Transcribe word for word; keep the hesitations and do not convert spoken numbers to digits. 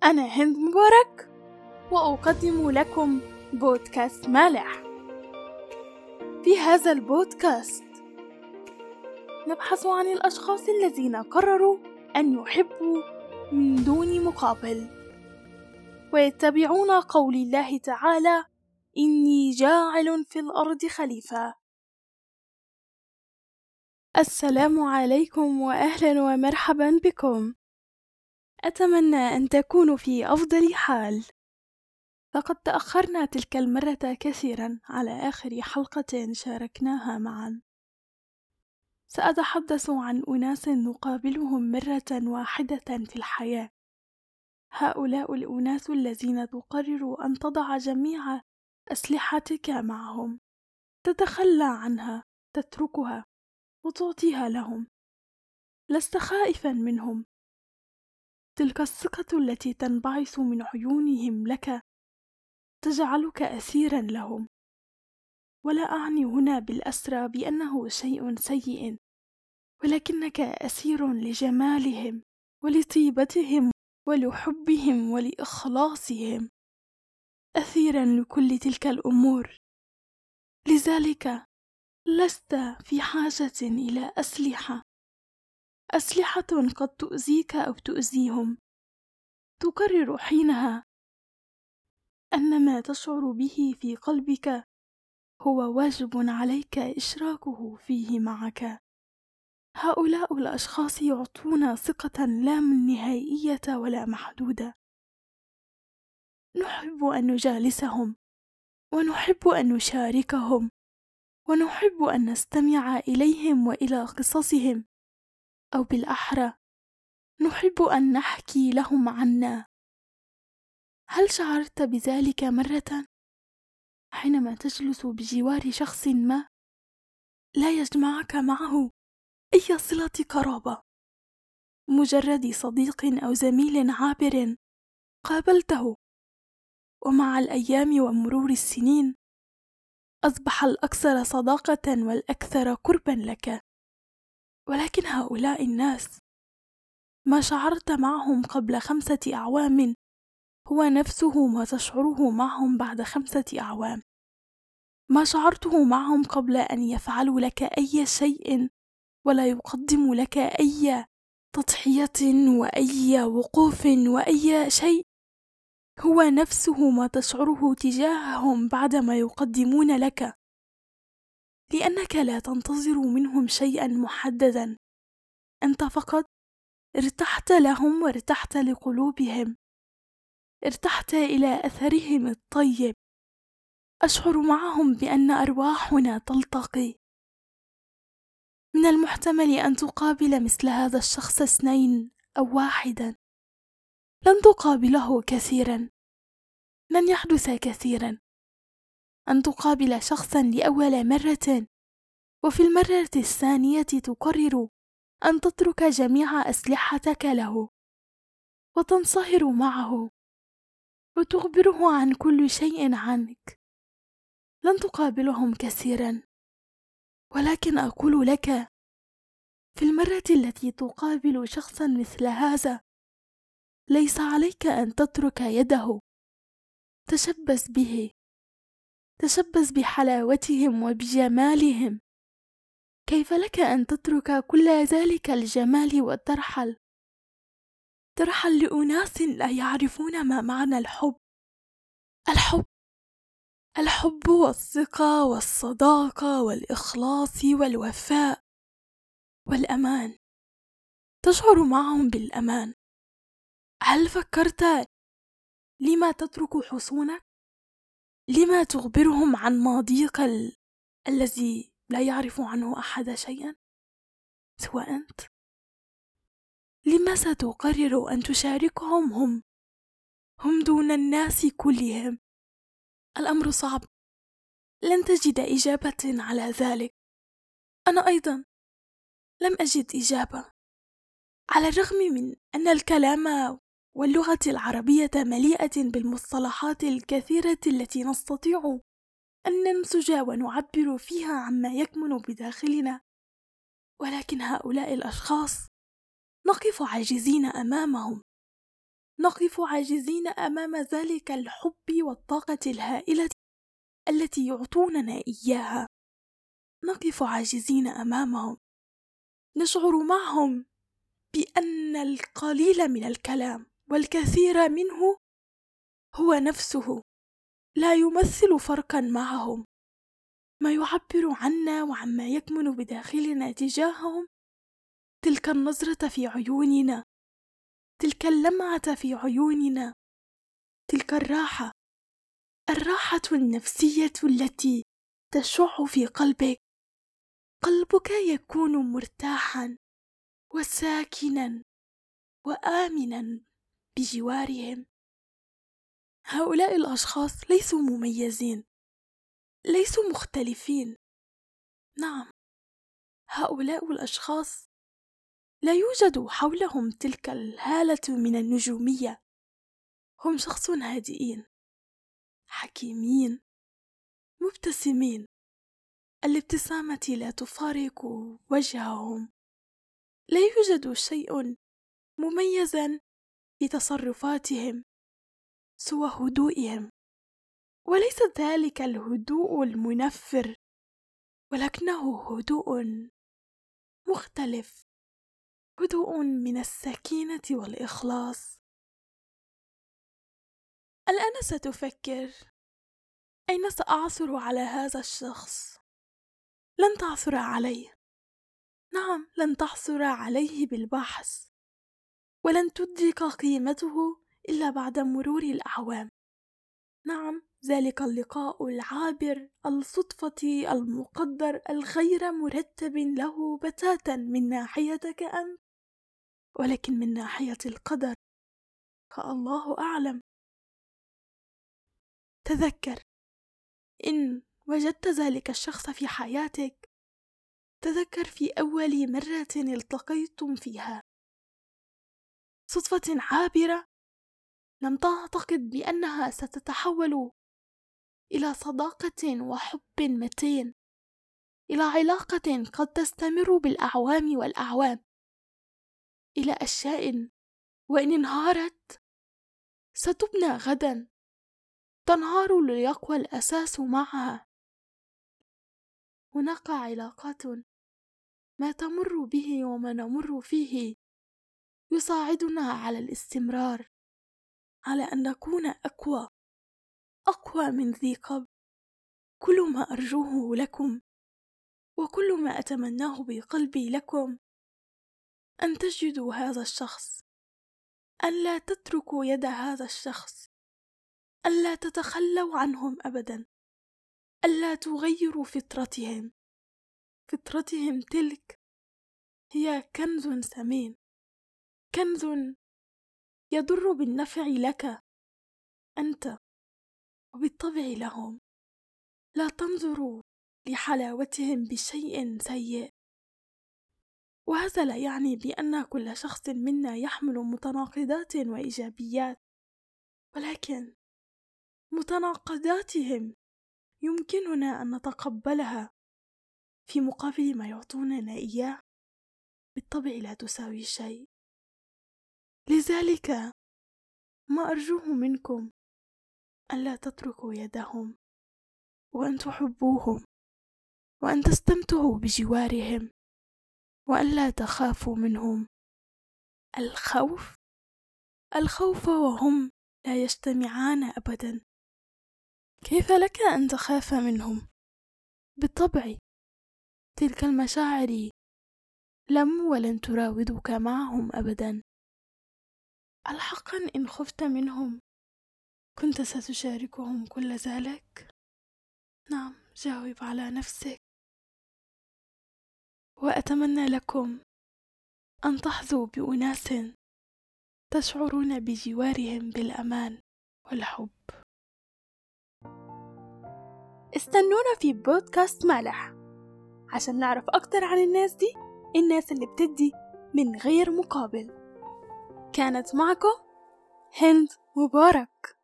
أنا هند مبارك، وأقدم لكم بودكاست مالح. في هذا البودكاست نبحث عن الأشخاص الذين قرروا أن يحبوا من دون مقابل، ويتبعون قول الله تعالى: إني جاعل في الأرض خليفة. السلام عليكم وأهلا ومرحبا بكم. أتمنى أن تكونوا في أفضل حال. لقد تأخرنا تلك المرة كثيرا على آخر حلقة شاركناها معا. سأتحدث عن أناس نقابلهم مرة واحدة في الحياة. هؤلاء الأناس الذين تقرر أن تضع جميع أسلحتك معهم، تتخلى عنها، تتركها وتعطيها لهم. لست خائفا منهم. تلك الثقة التي تنبعث من عيونهم لك تجعلك أسيرا لهم. ولا أعني هنا بالأسرى بأنه شيء سيء، ولكنك أسير لجمالهم ولطيبتهم ولحبهم ولإخلاصهم، أسيرا لكل تلك الأمور. لذلك لست في حاجة إلى أسلحة أسلحة قد تؤذيك أو تؤذيهم. تقرر حينها أن ما تشعر به في قلبك هو واجب عليك إشراكه فيه معك. هؤلاء الأشخاص يعطون ثقة لا من نهائية ولا محدودة. نحب أن نجالسهم، ونحب أن نشاركهم، ونحب أن نستمع إليهم وإلى قصصهم، أو بالأحرى نحب أن نحكي لهم عنا. هل شعرت بذلك مرة حينما تجلس بجوار شخص ما لا يجمعك معه أي صلة قرابة، مجرد صديق أو زميل عابر قابلته، ومع الأيام ومرور السنين أصبح الأكثر صداقة والأكثر قربا لك؟ ولكن هؤلاء الناس ما شعرت معهم قبل خمسة أعوام هو نفسه ما تشعره معهم بعد خمسة أعوام. ما شعرته معهم قبل أن يفعلوا لك أي شيء ولا يقدموا لك أي تضحية وأي وقوف وأي شيء هو نفسه ما تشعره تجاههم بعدما يقدمون لك، لأنك لا تنتظر منهم شيئا محددا. أنت فقط ارتحت لهم وارتحت لقلوبهم، ارتحت إلى أثرهم الطيب. أشعر معهم بأن أرواحنا تلتقي. من المحتمل أن تقابل مثل هذا الشخص اثنين أو واحدا، لن تقابله كثيرا، لن يحدث كثيرا أن تقابل شخصا لأول مرة وفي المرة الثانية تقرر أن تترك جميع أسلحتك له وتنصهر معه وتخبره عن كل شيء عنك. لن تقابلهم كثيرا، ولكن أقول لك في المرة التي تقابل شخصا مثل هذا ليس عليك أن تترك يده. تشبث به، تشبث بحلاوتهم وبجمالهم. كيف لك أن تترك كل ذلك الجمال وترحل ترحل لأناس لا يعرفون ما معنى الحب؟ الحب الحب والثقة والصداقة والإخلاص والوفاء والأمان. تشعر معهم بالأمان. هل فكرت لما تترك حصونك؟ لما تخبرهم عن ماضيك ال... الذي لا يعرف عنه أحد شيئا سوى أنت؟ لما ستقرر أن تشاركهم هم هم دون الناس كلهم؟ الأمر صعب، لن تجد إجابة على ذلك. أنا أيضا لم أجد إجابة، على الرغم من أن الكلام واللغة العربية مليئة بالمصطلحات الكثيرة التي نستطيع أن ننسج ونعبر فيها عما يكمن بداخلنا، ولكن هؤلاء الأشخاص نقف عاجزين أمامهم. نقف عاجزين أمام ذلك الحب والطاقة الهائلة التي يعطوننا إياها. نقف عاجزين أمامهم، نشعر معهم بأن القليل من الكلام والكثير منه هو نفسه، لا يمثل فرقا معهم. ما يعبر عنا وعما يكمن بداخلنا تجاههم تلك النظرة في عيوننا، تلك اللمعة في عيوننا، تلك الراحة، الراحة النفسية التي تشع في قلبك. قلبك يكون مرتاحا وساكنا وآمنا بجوارهم. هؤلاء الأشخاص ليسوا مميزين، ليسوا مختلفين. نعم، هؤلاء الأشخاص لا يوجد حولهم تلك الهالة من النجومية. هم شخص هادئين، حكيمين، مبتسمين. الابتسامة لا تفارق وجههم. لا يوجد شيء مميزا في تصرفاتهم سوى هدوئهم، وليس ذلك الهدوء المنفر، ولكنه هدوء مختلف، هدوء من السكينة والإخلاص. الآن ستفكر: أين سأعثر على هذا الشخص؟ لن تعثر عليه. نعم، لن تعثر عليه بالبحث، ولن تدرك قيمته إلا بعد مرور الأعوام. نعم، ذلك اللقاء العابر الصدفة المقدر الغير مرتب له بتاتا من ناحيتك أنت، ولكن من ناحية القدر فالله أعلم. تذكر، إن وجدت ذلك الشخص في حياتك، تذكر في أول مرة التقيتم فيها، صدفة عابرة لم تعتقد بأنها ستتحول إلى صداقة وحب متين، إلى علاقة قد تستمر بالأعوام والأعوام، إلى أشياء وإن انهارت ستبنى غدا، تنهار ليقوى الأساس معها. هناك علاقات ما تمر به وما نمر فيه يساعدنا على الاستمرار، على أن نكون أقوى أقوى من ذي قبل. كل ما أرجوه لكم وكل ما أتمناه بقلبي لكم أن تجدوا هذا الشخص، أن لا تتركوا يد هذا الشخص، أن لا تتخلوا عنهم أبدا، أن لا تغيروا فطرتهم. فطرتهم تلك هي كنز ثمين، كنز يضر بالنفع لك أنت وبالطبع لهم. لا تنظروا لحلاوتهم بشيء سيء، وهذا لا يعني بأن كل شخص منا يحمل متناقضات وإيجابيات، ولكن متناقضاتهم يمكننا أن نتقبلها في مقابل ما يعطوننا إياه بالطبع لا تساوي شيء. لذلك ما أرجوه منكم أن لا تتركوا يدهم، وأن تحبوهم، وأن تستمتعوا بجوارهم، وأن لا تخافوا منهم. الخوف الخوف وهم لا يجتمعان أبدا. كيف لك أن تخاف منهم؟ بالطبع تلك المشاعر لم ولن تراودك معهم أبدا. الحقا إن خفت منهم كنت ستشاركهم كل ذلك؟ نعم، جاوب على نفسك. وأتمنى لكم أن تحظوا بأناس تشعرون بجوارهم بالأمان والحب. استنونا في بودكاست مالح عشان نعرف أكتر عن الناس دي، الناس اللي بتدي من غير مقابل. كانت معكم هند مبارك.